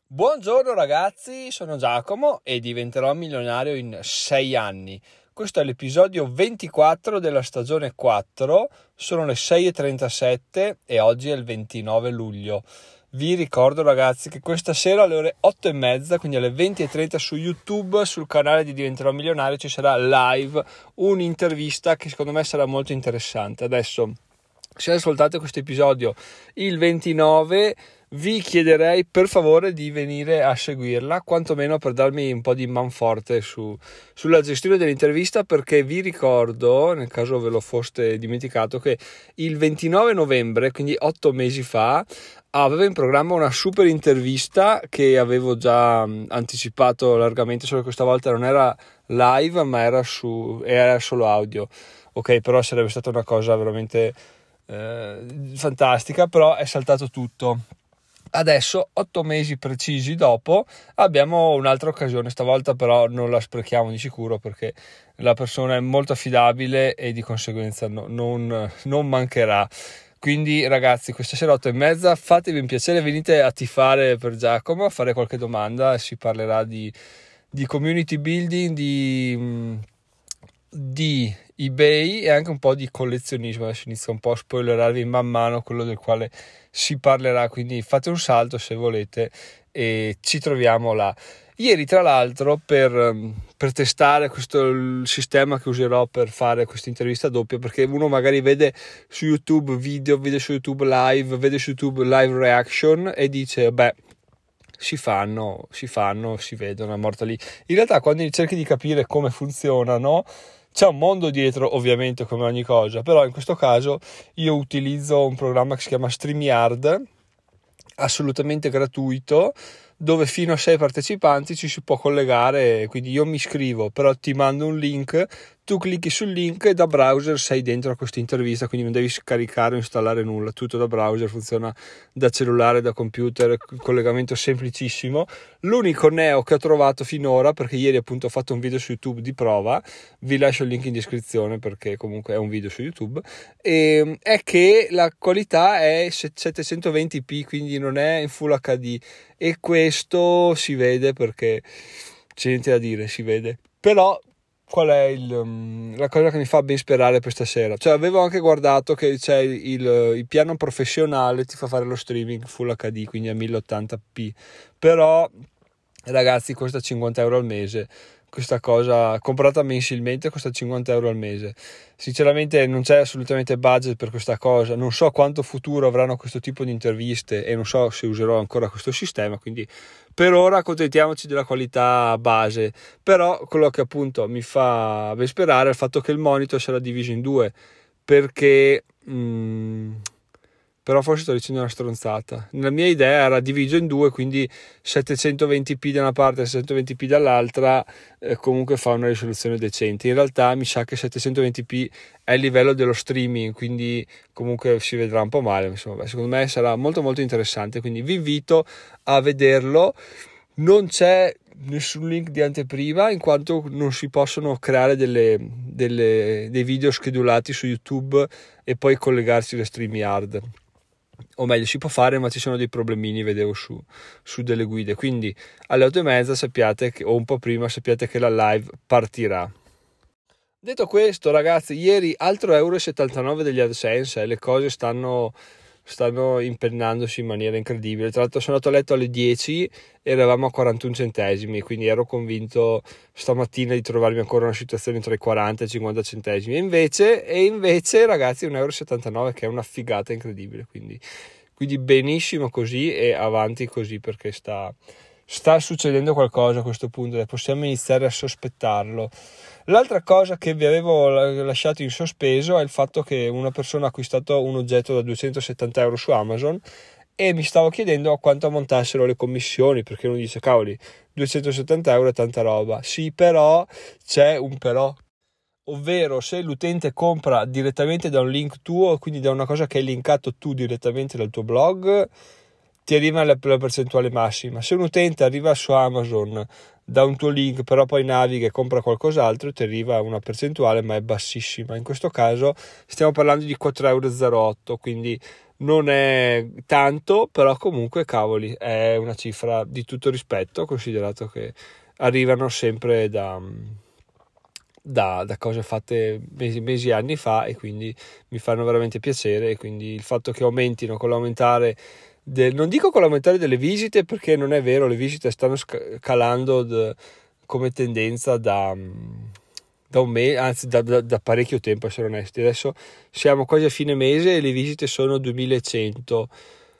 Buongiorno ragazzi, sono Giacomo e diventerò milionario in 6 anni. Questo è l'episodio 24 della stagione 4, sono le 6:37 e oggi è il 29 luglio. Vi ricordo ragazzi che questa sera alle ore 8:30, quindi alle 20:30 su YouTube, sul canale di Diventerò Milionario ci sarà live un'intervista che secondo me sarà molto interessante. Adesso, se ascoltate questo episodio il 29, vi chiederei per favore di venire a seguirla, quantomeno per darmi un po' di manforte sulla gestione dell'intervista, perché vi ricordo, nel caso ve lo foste dimenticato, che il 29 novembre, quindi 8 mesi fa, avevo in programma una super intervista che avevo già anticipato largamente, solo che questa volta non era live ma era solo audio. Ok, però sarebbe stata una cosa veramente fantastica, però è saltato tutto. Adesso, 8 mesi precisi dopo, abbiamo un'altra occasione, stavolta però non la sprechiamo di sicuro perché la persona è molto affidabile e di conseguenza non mancherà. Quindi ragazzi, questa sera 8:30, fatevi un piacere, venite a tifare per Giacomo, a fare qualche domanda, si parlerà di community building, di eBay e anche un po' di collezionismo. Adesso inizio un po' a spoilerarvi man mano quello del quale si parlerà, quindi fate un salto se volete e ci troviamo là. Ieri tra l'altro per testare il sistema che userò per fare questa intervista doppia, perché uno magari vede su YouTube video, vede su YouTube live, vede su YouTube live reaction e dice beh, si fanno, si vedono, è morta lì. In realtà quando cerchi di capire come funzionano c'è un mondo dietro, ovviamente, come ogni cosa, però in questo caso io utilizzo un programma che si chiama StreamYard, assolutamente gratuito, dove fino a 6 partecipanti ci si può collegare, quindi io mi iscrivo, però ti mando un link, tu clicchi sul link e da browser sei dentro a questa intervista, quindi non devi scaricare o installare nulla, tutto da browser, funziona da cellulare, da computer, collegamento semplicissimo. L'unico neo che ho trovato finora, perché ieri appunto ho fatto un video su YouTube di prova, vi lascio il link in descrizione perché comunque è un video su YouTube, è che la qualità è 720p, quindi non è in Full HD, e questo si vede perché c'è niente da dire, si vede. Però qual è la cosa che mi fa ben sperare per stasera? Cioè, avevo anche guardato che c'è il piano professionale, ti fa fare lo streaming Full HD, quindi a 1080p, però ragazzi costa 50 euro al mese. Questa cosa comprata mensilmente costa 50 euro al mese. Sinceramente non c'è assolutamente budget per questa cosa, non so quanto futuro avranno questo tipo di interviste e non so se userò ancora questo sistema, quindi per ora accontentiamoci della qualità base. Però quello che appunto mi fa ben sperare è il fatto che il monitor sarà diviso in due, perché però forse sto dicendo una stronzata. La mia idea era diviso in due, quindi 720p da una parte e 720p dall'altra, comunque fa una risoluzione decente. In realtà mi sa che 720p è il livello dello streaming, quindi comunque si vedrà un po' male. Insomma, secondo me sarà molto molto interessante, quindi vi invito a vederlo. Non c'è nessun link di anteprima, in quanto non si possono creare dei video schedulati su YouTube e poi collegarsi alle StreamYard. O meglio, si può fare, ma ci sono dei problemini, vedevo su delle guide. Quindi alle 8:30 sappiate o un po' prima sappiate che la live partirà. Detto questo ragazzi, ieri altro €1,79 degli AdSense, le cose stanno impennandosi in maniera incredibile. Tra l'altro sono andato a letto alle 10, eravamo a 41 centesimi, quindi ero convinto stamattina di trovarmi ancora in una situazione tra i 40 e i 50 centesimi, e invece ragazzi €1,79, che è una figata incredibile, quindi benissimo così e avanti così, perché sta succedendo qualcosa a questo punto e possiamo iniziare a sospettarlo. L'altra cosa che vi avevo lasciato in sospeso è il fatto che una persona ha acquistato un oggetto da 270 euro su Amazon e mi stavo chiedendo a quanto ammontassero le commissioni, perché uno dice cavoli, 270 euro è tanta roba. Sì, però c'è un però, ovvero se l'utente compra direttamente da un link tuo, quindi da una cosa che hai linkato tu direttamente dal tuo blog, ti arriva la percentuale massima. Se un utente arriva su Amazon da un tuo link, però poi naviga e compra qualcos'altro, ti arriva una percentuale, ma è bassissima. In questo caso stiamo parlando di 4,08 €, quindi non è tanto, però comunque cavoli, è una cifra di tutto rispetto, considerato che arrivano sempre da cose fatte mesi e anni fa, e quindi mi fanno veramente piacere. E quindi il fatto che aumentino con l'aumentare non dico con l'aumentare delle visite, perché non è vero, le visite stanno calando come tendenza da un mese, anzi da parecchio tempo, a essere onesti. Adesso siamo quasi a fine mese e le visite sono 2100,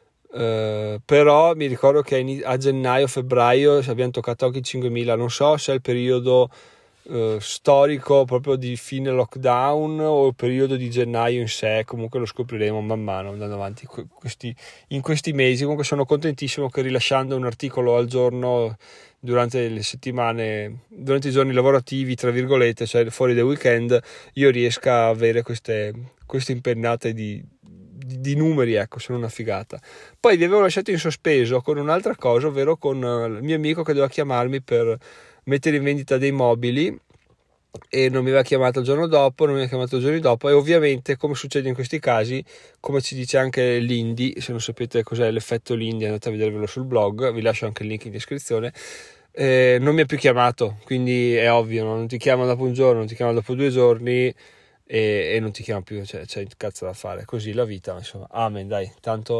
però mi ricordo che a gennaio-febbraio abbiamo toccato anche i 5000. Non so se è il periodo storico proprio di fine lockdown o il periodo di gennaio in sé, comunque lo scopriremo man mano andando avanti in questi mesi. Comunque sono contentissimo che, rilasciando un articolo al giorno durante le settimane, durante i giorni lavorativi tra virgolette, cioè fuori dai weekend, io riesca a avere queste impennate di numeri, ecco, sono una figata. Poi vi avevo lasciato in sospeso con un'altra cosa, ovvero con il mio amico che doveva chiamarmi per mettere in vendita dei mobili, e non mi aveva chiamato il giorno dopo, non mi aveva chiamato i giorni dopo, e ovviamente, come succede in questi casi, come ci dice anche l'Indy, se non sapete cos'è l'effetto Lindy andate a vedervelo sul blog, vi lascio anche il link in descrizione. Non mi ha più chiamato, quindi è ovvio, no? Non ti chiama dopo un giorno, non ti chiama dopo 2 giorni e non ti chiama più, c'è il cazzo da fare, così la vita, insomma. Amen, dai, tanto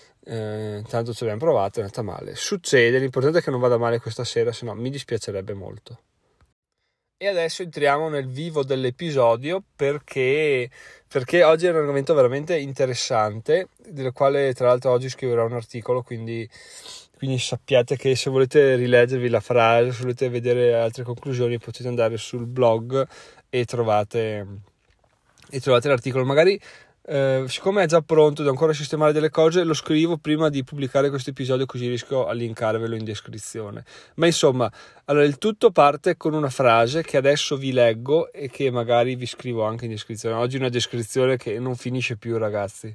ci abbiamo provato, è andata male, succede, l'importante è che non vada male questa sera, se no mi dispiacerebbe molto. E adesso entriamo nel vivo dell'episodio, perché oggi è un argomento veramente interessante, del quale tra l'altro oggi scriverò un articolo, quindi sappiate che se volete rileggervi la frase, se volete vedere altre conclusioni, potete andare sul blog e trovate l'articolo. Magari siccome è già pronto, devo ancora sistemare delle cose, lo scrivo prima di pubblicare questo episodio, così riesco a linkarvelo in descrizione. Ma insomma, allora il tutto parte con una frase che adesso vi leggo e che magari vi scrivo anche in descrizione. Oggi una descrizione che non finisce più, ragazzi.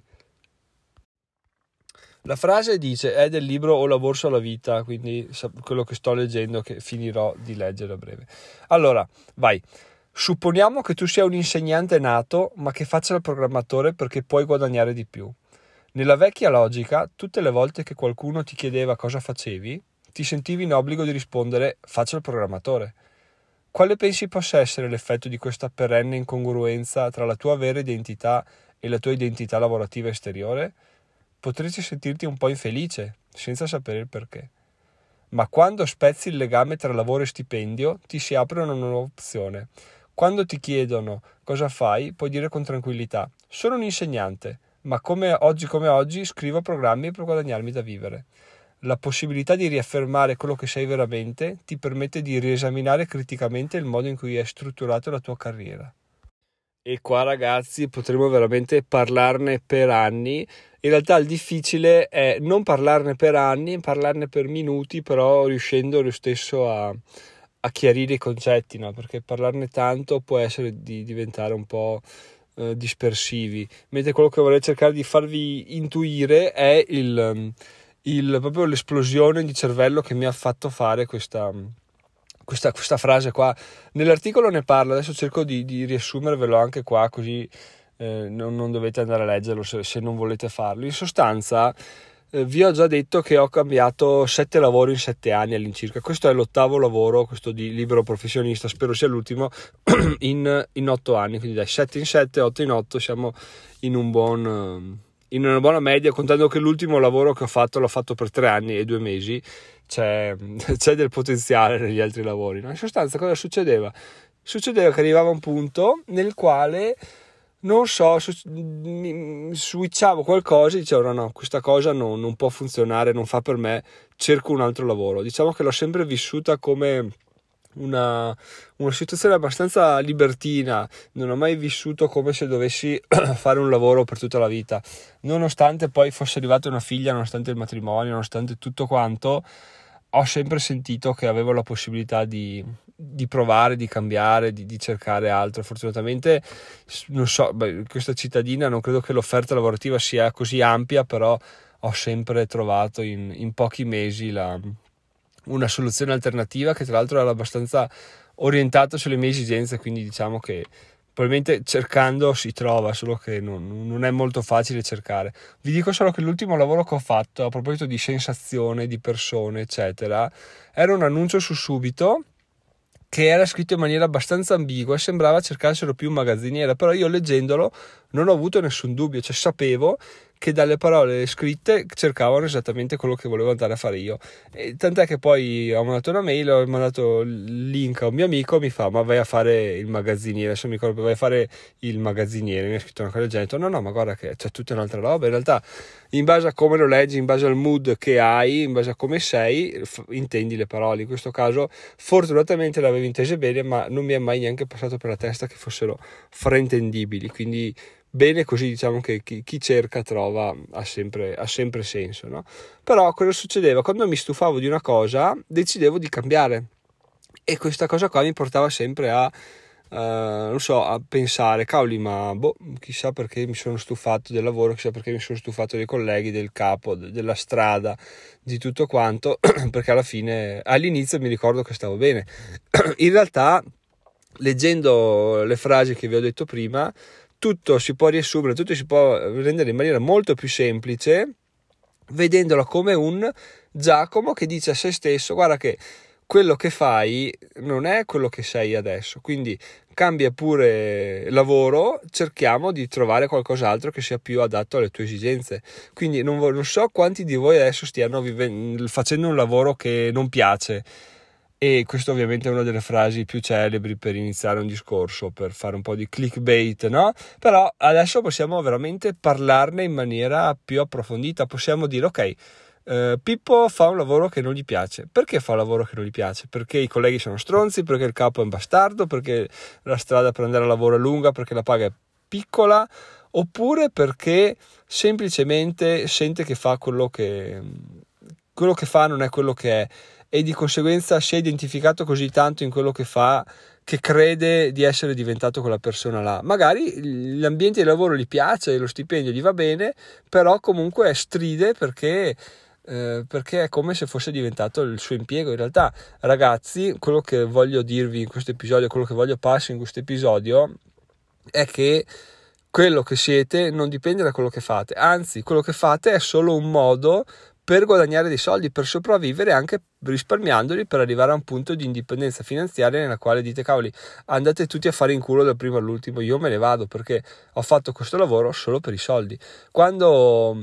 La frase dice, è del libro O la borsa o la vita, quindi quello che sto leggendo, che finirò di leggere a breve. Allora, vai. Supponiamo che tu sia un insegnante nato, ma che faccia il programmatore perché puoi guadagnare di più. Nella vecchia logica, tutte le volte che qualcuno ti chiedeva cosa facevi, ti sentivi in obbligo di rispondere faccio il programmatore. Quale pensi possa essere l'effetto di questa perenne incongruenza tra la tua vera identità e la tua identità lavorativa esteriore? Potresti sentirti un po' infelice, senza sapere il perché. Ma quando spezzi il legame tra lavoro e stipendio, ti si apre una nuova opzione. Quando ti chiedono cosa fai, puoi dire con tranquillità: sono un insegnante, ma come oggi scrivo programmi per guadagnarmi da vivere. La possibilità di riaffermare quello che sei veramente ti permette di riesaminare criticamente il modo in cui è strutturato la tua carriera. E qua, ragazzi, potremo veramente parlarne per anni. In realtà il difficile è non parlarne per anni, parlarne per minuti, però riuscendo lo stesso a chiarire i concetti, no? Perché parlarne tanto può essere di diventare un po' dispersivi, mentre quello che vorrei cercare di farvi intuire è proprio l'esplosione di cervello che mi ha fatto fare questa frase qua. Nell'articolo ne parla, adesso cerco di riassumervelo anche qua, così non dovete andare a leggerlo se non volete farlo. In sostanza, vi ho già detto che ho cambiato 7 lavori in 7 anni all'incirca. Questo è l'8º lavoro, questo di libero professionista, spero sia l'ultimo, in 8 anni, quindi dai 7 in 7, 8 in 8, siamo in una buona media, contando che l'ultimo lavoro che ho fatto l'ho fatto per 3 anni e 2 mesi, c'è del potenziale negli altri lavori, no? In sostanza cosa succedeva? Succedeva che arrivava un punto nel quale, non so, switchavo qualcosa e dicevo no, questa cosa non può funzionare, non fa per me, cerco un altro lavoro. Diciamo che l'ho sempre vissuta come una situazione abbastanza libertina, non ho mai vissuto come se dovessi fare un lavoro per tutta la vita, nonostante poi fosse arrivata una figlia, nonostante il matrimonio, nonostante tutto quanto, ho sempre sentito che avevo la possibilità di provare, di cambiare, di cercare altro. Fortunatamente, non so, questa cittadina non credo che l'offerta lavorativa sia così ampia, però ho sempre trovato in pochi mesi una soluzione alternativa, che tra l'altro era abbastanza orientata sulle mie esigenze, quindi diciamo che probabilmente cercando si trova, solo che non è molto facile cercare. Vi dico solo che l'ultimo lavoro che ho fatto, a proposito di sensazione, di persone, eccetera, era un annuncio su Subito che era scritto in maniera abbastanza ambigua e sembrava cercassero più un magazziniere, però io leggendolo non ho avuto nessun dubbio, cioè sapevo che dalle parole scritte cercavano esattamente quello che volevo andare a fare io, e tant'è che poi ho mandato una mail, ho mandato il link a un mio amico, mi fa: ma vai a fare il magazziniere, adesso mi ricordo, vai a fare il magazziniere, mi ha scritto una cosa del genere. Ho detto, no ma guarda che c'è tutta un'altra roba, in realtà in base a come lo leggi, in base al mood che hai, in base a come sei, intendi le parole. In questo caso fortunatamente le avevo intese bene, ma non mi è mai neanche passato per la testa che fossero fraintendibili, quindi bene così, diciamo che chi cerca trova, ha sempre senso, no? Però cosa succedeva? Quando mi stufavo di una cosa decidevo di cambiare, e questa cosa qua mi portava sempre a non so, a pensare, cavoli, ma chissà perché mi sono stufato del lavoro, chissà perché mi sono stufato dei colleghi, del capo, della strada, di tutto quanto, perché alla fine, all'inizio mi ricordo che stavo bene. In realtà, leggendo le frasi che vi ho detto prima, tutto si può riassumere, tutto si può rendere in maniera molto più semplice, vedendolo come un Giacomo che dice a se stesso: guarda che quello che fai non è quello che sei adesso, quindi cambia pure lavoro, cerchiamo di trovare qualcos'altro che sia più adatto alle tue esigenze. Quindi non so quanti di voi adesso stiano facendo un lavoro che non piace, e questo ovviamente è una delle frasi più celebri per iniziare un discorso, per fare un po' di clickbait, no? Però adesso possiamo veramente parlarne in maniera più approfondita, possiamo dire: ok, Pippo fa un lavoro che non gli piace. Perché fa un lavoro che non gli piace? Perché i colleghi sono stronzi, perché il capo è un bastardo, perché la strada per andare a lavoro è lunga, perché la paga è piccola, oppure perché semplicemente sente che fa quello che fa non è quello che è, e di conseguenza si è identificato così tanto in quello che fa che crede di essere diventato quella persona là. Magari l'ambiente di lavoro gli piace, lo stipendio gli va bene, però comunque stride perché è come se fosse diventato il suo impiego. In realtà, ragazzi, quello che voglio dirvi in questo episodio, quello che voglio passare in questo episodio è che quello che siete non dipende da quello che fate, anzi quello che fate è solo un modo per guadagnare dei soldi, per sopravvivere, anche risparmiandoli per arrivare a un punto di indipendenza finanziaria nella quale dite: cavoli, andate tutti a fare in culo dal primo all'ultimo, io me ne vado perché ho fatto questo lavoro solo per i soldi. Quando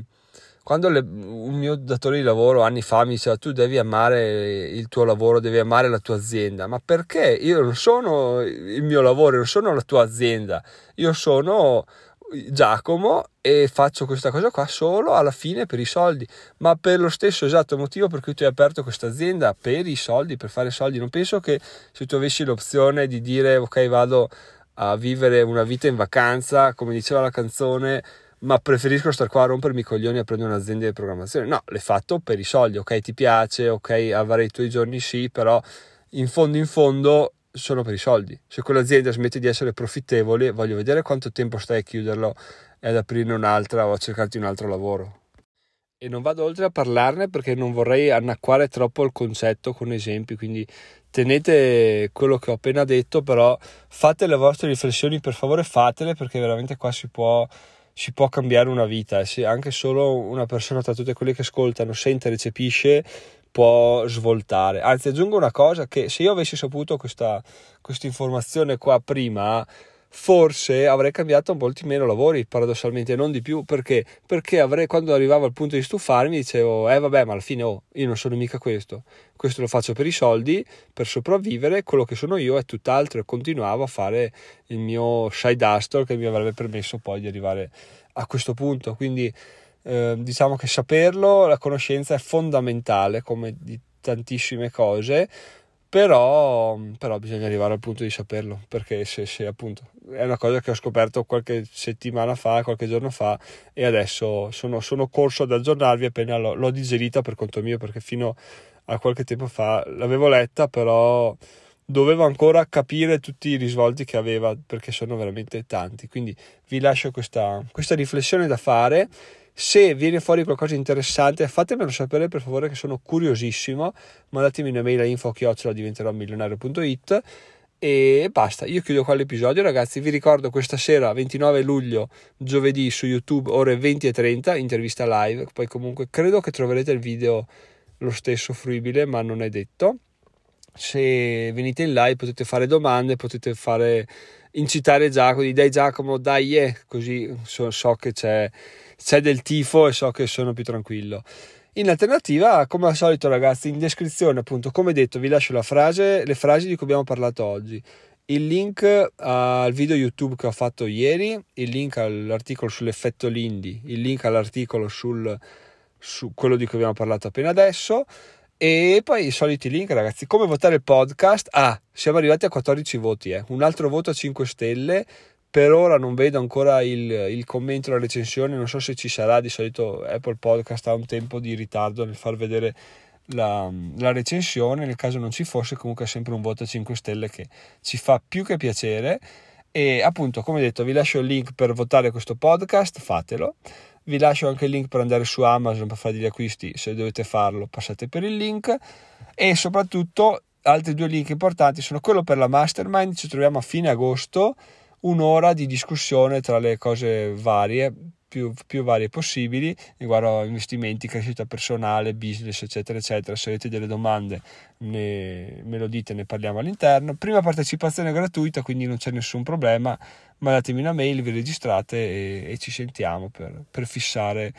un mio datore di lavoro anni fa mi diceva: tu devi amare il tuo lavoro, devi amare la tua azienda. Ma perché? Io non sono il mio lavoro, non sono la tua azienda, io sono Giacomo e faccio questa cosa qua solo alla fine per i soldi, ma per lo stesso esatto motivo per cui tu hai aperto questa azienda, per i soldi, per fare soldi. Non penso che se tu avessi l'opzione di dire: ok, vado a vivere una vita in vacanza, come diceva la canzone, ma preferisco star qua a rompermi i coglioni a prendere un'azienda di programmazione. No, l'hai fatto per i soldi, ok, ti piace, ok, avrai i tuoi giorni, sì, però in fondo sono per i soldi. Se quell'azienda smette di essere profittevole, voglio vedere quanto tempo stai a chiuderlo e ad aprirne un'altra o a cercarti un altro lavoro. E non vado oltre a parlarne perché non vorrei annacquare troppo il concetto con esempi, quindi tenete quello che ho appena detto, però fate le vostre riflessioni, per favore fatele, perché veramente qua si può cambiare una vita, e se anche solo una persona tra tutte quelle che ascoltano sente e recepisce, può svoltare. Anzi, aggiungo una cosa, che se io avessi saputo questa informazione qua prima, forse avrei cambiato molti meno lavori, paradossalmente, non di più. Perché quando arrivavo al punto di stufarmi dicevo: vabbè, ma alla fine io non sono mica questo lo faccio per i soldi, per sopravvivere, quello che sono io è tutt'altro, e continuavo a fare il mio side hustle che mi avrebbe permesso poi di arrivare a questo punto. Quindi diciamo che saperlo, la conoscenza è fondamentale come di tantissime cose, però bisogna arrivare al punto di saperlo, perché se appunto è una cosa che ho scoperto qualche settimana fa, qualche giorno fa, e adesso sono corso ad aggiornarvi appena l'ho digerita per conto mio, perché fino a qualche tempo fa l'avevo letta, però dovevo ancora capire tutti i risvolti che aveva, perché sono veramente tanti. Quindi vi lascio questa riflessione da fare. Se viene fuori qualcosa di interessante, fatemelo sapere per favore, che sono curiosissimo. Mandatemi un'email a info@diventeromilionario.it. E basta, io chiudo qua l'episodio, ragazzi. Vi ricordo questa sera 29 luglio, giovedì, su YouTube, ore 20:30, intervista live. Poi comunque credo che troverete il video lo stesso fruibile, ma non è detto. Se venite in live potete fare domande, potete incitare Giacomo, dai Giacomo, dai, così so che c'è del tifo e so che sono più tranquillo. In alternativa, come al solito, ragazzi, in descrizione, appunto, come detto, vi lascio le frasi di cui abbiamo parlato oggi, il link al video YouTube che ho fatto ieri, il link all'articolo sull'effetto Lindy, il link all'articolo su quello di cui abbiamo parlato appena adesso, e poi i soliti link, ragazzi. Come votare il podcast? Siamo arrivati a 14 voti, un altro voto a 5 stelle. Per ora non vedo ancora il commento, la recensione, non so se ci sarà. Di solito Apple Podcast ha un tempo di ritardo nel far vedere la recensione. Nel caso non ci fosse, comunque è sempre un voto a 5 stelle che ci fa più che piacere. E appunto, come detto, vi lascio il link per votare questo podcast, fatelo. Vi lascio anche il link per andare su Amazon per fare degli acquisti. Se dovete farlo, passate per il link. E soprattutto altri 2 link importanti sono quello per la mastermind. Ci troviamo a fine agosto, un'ora di discussione tra le cose varie, più varie possibili, riguardo investimenti, crescita personale, business, eccetera eccetera. Se avete delle domande me lo dite, ne parliamo all'interno. Prima partecipazione gratuita, quindi non c'è nessun problema. Mandatemi una mail, vi registrate e ci sentiamo per fissare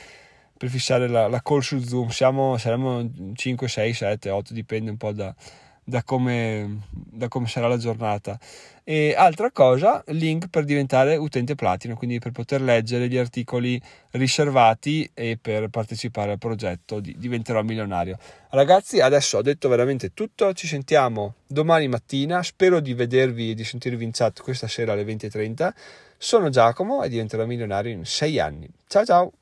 la call su Zoom. Saremo 5, 6, 7, 8, dipende un po' da come sarà la giornata. E altra cosa, link per diventare utente platino, quindi per poter leggere gli articoli riservati e per partecipare al progetto di Diventerò Milionario. Ragazzi, adesso ho detto veramente tutto, ci sentiamo domani mattina, spero di vedervi e di sentirvi in chat questa sera alle 20:30. Sono Giacomo e diventerò milionario in 6 anni. Ciao ciao!